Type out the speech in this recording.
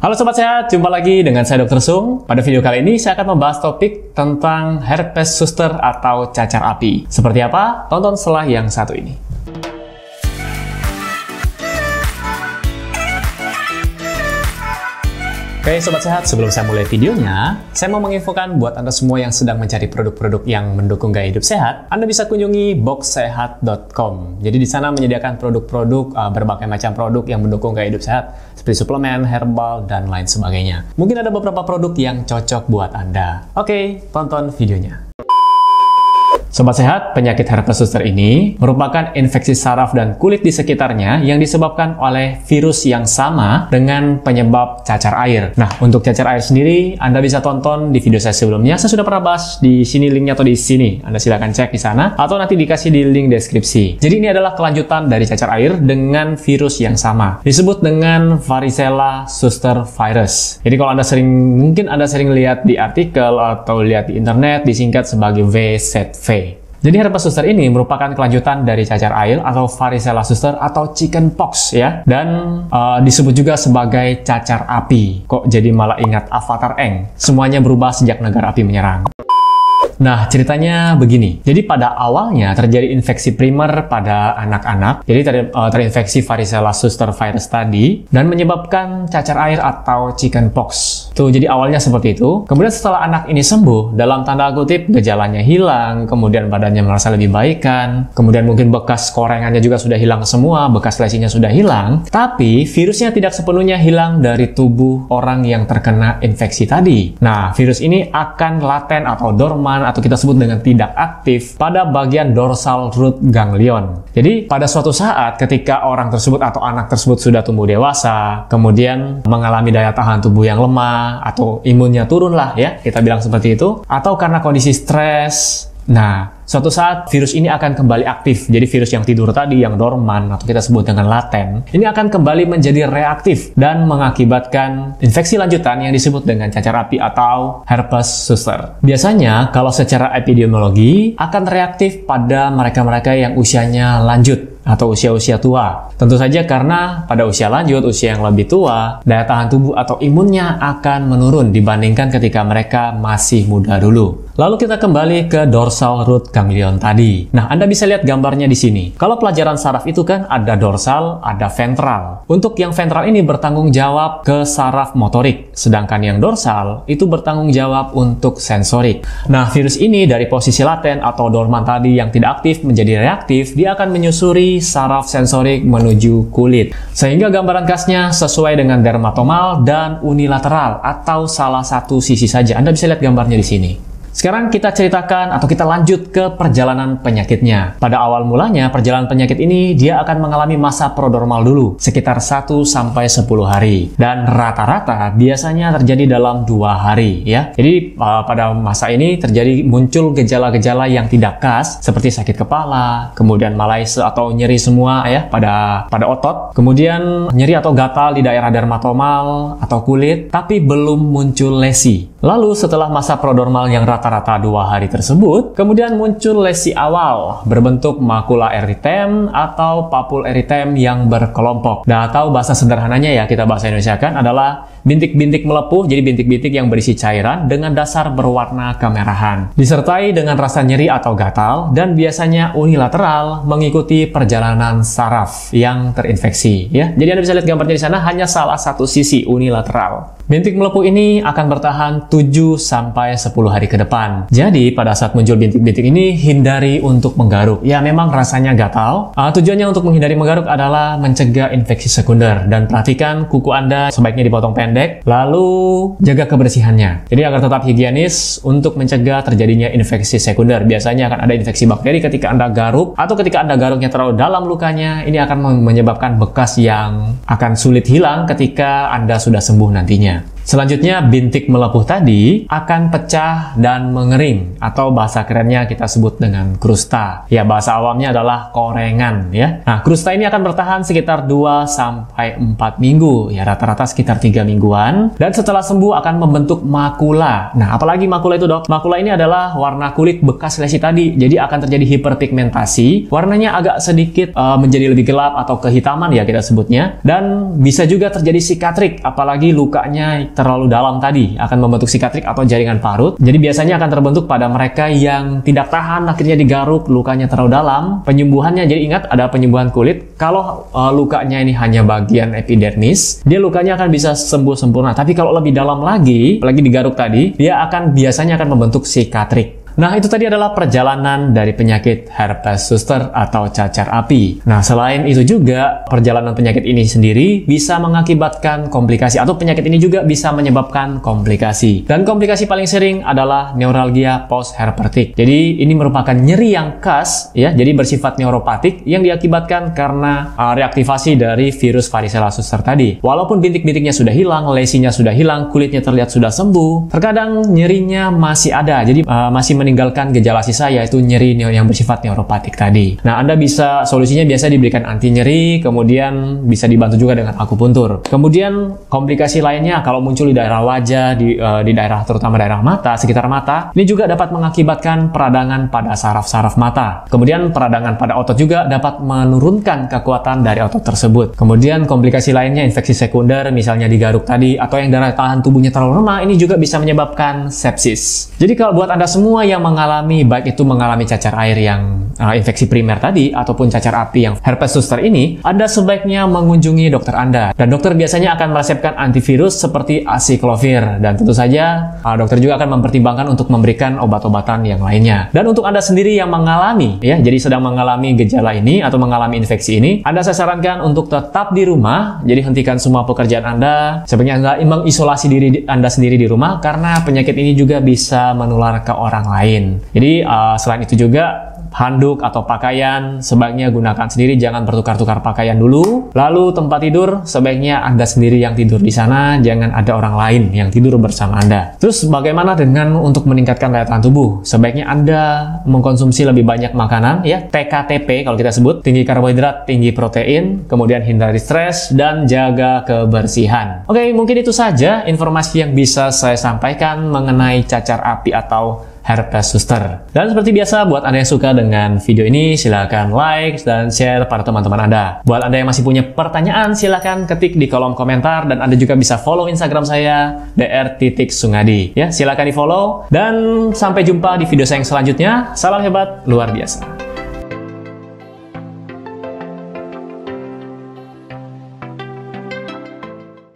Halo Sobat Sehat, jumpa lagi dengan saya Dr. Sung. Pada video kali ini saya akan membahas topik tentang herpes zoster atau cacar api. Seperti apa? Tonton setelah yang satu ini. Oke Sobat Sehat, sebelum saya mulai videonya, saya mau menginfokan buat Anda semua yang sedang mencari produk-produk yang mendukung gaya hidup sehat, Anda bisa kunjungi boxsehat.com. Jadi di sana menyediakan produk-produk, berbagai macam produk yang mendukung gaya hidup sehat, seperti suplemen, herbal, dan lain sebagainya. Mungkin ada beberapa produk yang cocok buat Anda. Oke, tonton videonya. Sobat Sehat, penyakit herpes zoster ini merupakan infeksi saraf dan kulit di sekitarnya yang disebabkan oleh virus yang sama dengan penyebab cacar air. Nah, untuk cacar air sendiri, Anda bisa tonton di video saya sebelumnya. Saya sudah pernah bahas di sini linknya atau di sini. Anda silakan cek di sana atau nanti dikasih di link deskripsi. Jadi ini adalah kelanjutan dari cacar air dengan virus yang sama. Disebut dengan varicella zoster virus. Jadi kalau mungkin Anda sering lihat di artikel atau lihat di internet disingkat sebagai VZV. Jadi herpes zoster ini merupakan kelanjutan dari cacar air atau varicella zoster atau chickenpox ya, dan disebut juga sebagai cacar api. Kok jadi malah ingat Avatar Aang? Semuanya berubah sejak negara api menyerang. Nah, ceritanya begini. Jadi pada awalnya terjadi infeksi primer pada anak-anak. Jadi terinfeksi varicella zoster virus tadi dan menyebabkan cacar air atau chickenpox. Tuh, jadi awalnya seperti itu. Kemudian setelah anak ini sembuh, dalam tanda kutip gejalanya hilang, kemudian badannya merasa lebih baikan, kemudian mungkin bekas korengannya juga sudah hilang semua, bekas lesinya sudah hilang, tapi virusnya tidak sepenuhnya hilang dari tubuh orang yang terkena infeksi tadi. Nah, virus ini akan laten atau dorman atau kita sebut dengan tidak aktif pada bagian dorsal root ganglion. Jadi pada suatu saat ketika orang tersebut atau anak tersebut sudah tumbuh dewasa, kemudian mengalami daya tahan tubuh yang lemah atau imunnya turun lah ya, kita bilang seperti itu, atau karena kondisi stres. Nah, suatu saat virus ini akan kembali aktif. Jadi virus yang tidur tadi, yang dorman atau kita sebut dengan laten, ini akan kembali menjadi reaktif dan mengakibatkan infeksi lanjutan yang disebut dengan cacar api atau herpes zoster. Biasanya kalau secara epidemiologi akan reaktif pada mereka-mereka yang usianya lanjut atau usia-usia tua. Tentu saja karena pada usia lanjut, usia yang lebih tua, daya tahan tubuh atau imunnya akan menurun dibandingkan ketika mereka masih muda dulu. Lalu kita kembali ke dorsal root ganglion tadi. Nah, Anda bisa lihat gambarnya di sini. Kalau pelajaran saraf itu kan ada dorsal, ada ventral. Untuk yang ventral ini bertanggung jawab ke saraf motorik, sedangkan yang dorsal itu bertanggung jawab untuk sensorik. Nah, virus ini dari posisi laten atau dorman tadi yang tidak aktif menjadi reaktif, dia akan menyusuri saraf sensorik menuju kulit. Sehingga gambaran khasnya sesuai dengan dermatomal dan unilateral atau salah satu sisi saja. Anda bisa lihat gambarnya di sini. Sekarang kita ceritakan atau kita lanjut ke perjalanan penyakitnya. Pada awal mulanya perjalanan penyakit ini dia akan mengalami masa prodromal dulu, sekitar 1-10 hari. Dan rata-rata biasanya terjadi dalam 2 hari ya. Jadi pada masa ini terjadi muncul gejala-gejala yang tidak khas seperti sakit kepala, kemudian malaise atau nyeri semua ya pada otot, kemudian nyeri atau gatal di daerah dermatomal atau kulit, tapi belum muncul lesi. Lalu setelah masa prodromal yang rata-rata 2 hari tersebut, kemudian muncul lesi awal berbentuk makula eritem atau papul eritem yang berkelompok. Nah, atau bahasa sederhananya ya, kita bahasa Indonesia kan adalah bintik-bintik melepuh, jadi bintik-bintik yang berisi cairan dengan dasar berwarna kemerahan. Disertai dengan rasa nyeri atau gatal dan biasanya unilateral mengikuti perjalanan saraf yang terinfeksi ya. Jadi Anda bisa lihat gambarnya di sana, hanya salah satu sisi unilateral. Bintik melepuh ini akan bertahan 7-10 hari ke depan. Jadi pada saat muncul bintik-bintik ini, hindari untuk menggaruk. Ya memang rasanya gatal. Tujuannya untuk menghindari menggaruk adalah mencegah infeksi sekunder. Dan perhatikan kuku Anda sebaiknya dipotong pendek, lalu jaga kebersihannya. Jadi agar tetap higienis untuk mencegah terjadinya infeksi sekunder. Biasanya akan ada infeksi bakteri ketika Anda garuk, atau ketika Anda garuknya terlalu dalam lukanya, ini akan menyebabkan bekas yang akan sulit hilang ketika Anda sudah sembuh nantinya. Selanjutnya, bintik melepuh tadi akan pecah dan mengering, atau bahasa kerennya kita sebut dengan krusta. Ya, bahasa awamnya adalah korengan ya. Nah, krusta ini akan bertahan sekitar 2-4 minggu, ya rata-rata sekitar 3 mingguan. Dan setelah sembuh akan membentuk makula. Nah, apalagi makula itu, Dok? Makula ini adalah warna kulit bekas lesi tadi. Jadi akan terjadi hiperpigmentasi, warnanya agak sedikit menjadi lebih gelap atau kehitaman ya kita sebutnya. Dan bisa juga terjadi sikatrik, apalagi lukanya terlalu dalam tadi akan membentuk sikatrik atau jaringan parut. Jadi biasanya akan terbentuk pada mereka yang tidak tahan akhirnya digaruk, lukanya terlalu dalam. Penyembuhannya, jadi ingat ada penyembuhan kulit. Kalau lukanya ini hanya bagian epidermis, dia lukanya akan bisa sembuh sempurna. Tapi kalau lebih dalam lagi digaruk tadi, dia biasanya akan membentuk sikatrik. Nah, itu tadi adalah perjalanan dari penyakit herpes zoster atau cacar api. Nah, selain itu juga, perjalanan penyakit ini sendiri bisa mengakibatkan komplikasi, atau penyakit ini juga bisa menyebabkan komplikasi. Dan komplikasi paling sering adalah neuralgia post-herpetik. Jadi, ini merupakan nyeri yang khas, ya, jadi bersifat neuropatik yang diakibatkan karena reaktivasi dari virus varicella zoster tadi. Walaupun bintik-bintiknya sudah hilang, lesinya sudah hilang, kulitnya terlihat sudah sembuh, terkadang nyerinya masih ada. Jadi, masih meninggalkan gejala sisa, yaitu nyeri yang bersifat neuropatik tadi. Nah, Anda bisa, solusinya biasa diberikan anti nyeri, kemudian bisa dibantu juga dengan akupuntur. Kemudian komplikasi lainnya kalau muncul di daerah wajah, di daerah terutama daerah mata, sekitar mata, ini juga dapat mengakibatkan peradangan pada saraf-saraf mata. Kemudian peradangan pada otot juga dapat menurunkan kekuatan dari otot tersebut. Kemudian komplikasi lainnya infeksi sekunder, misalnya digaruk tadi, atau yang daya tahan tubuhnya terlalu lemah, ini juga bisa menyebabkan sepsis. Jadi kalau buat Anda semua yang mengalami, baik itu mengalami cacar air yang infeksi primer tadi ataupun cacar api yang herpes zoster ini, Anda sebaiknya mengunjungi dokter Anda. Dan dokter biasanya akan meresepkan antivirus seperti acyclovir, dan tentu saja dokter juga akan mempertimbangkan untuk memberikan obat-obatan yang lainnya. Dan untuk Anda sendiri yang mengalami, ya, jadi sedang mengalami gejala ini atau mengalami infeksi ini, saya sarankan untuk tetap di rumah. Jadi hentikan semua pekerjaan Anda. Sebaiknya Anda mengisolasi diri Anda sendiri di rumah, karena penyakit ini juga bisa menular ke orang lain. Jadi selain itu juga, handuk atau pakaian sebaiknya gunakan sendiri, jangan bertukar-tukar pakaian dulu. Lalu tempat tidur sebaiknya Anda sendiri yang tidur di sana, jangan ada orang lain yang tidur bersama Anda. Terus bagaimana dengan untuk meningkatkan daya tahan tubuh? Sebaiknya Anda mengkonsumsi lebih banyak makanan, ya, TKTP kalau kita sebut, tinggi karbohidrat, tinggi protein, kemudian hindari stres dan jaga kebersihan. Oke, mungkin itu saja informasi yang bisa saya sampaikan mengenai cacar api atau herpes zoster. Dan seperti biasa, buat Anda yang suka dengan video ini, silahkan like dan share pada teman-teman Anda. Buat Anda yang masih punya pertanyaan, silahkan ketik di kolom komentar, dan Anda juga bisa follow Instagram saya, dr.sungadi. Ya, silahkan di follow, dan sampai jumpa di video saya yang selanjutnya. Salam hebat, luar biasa.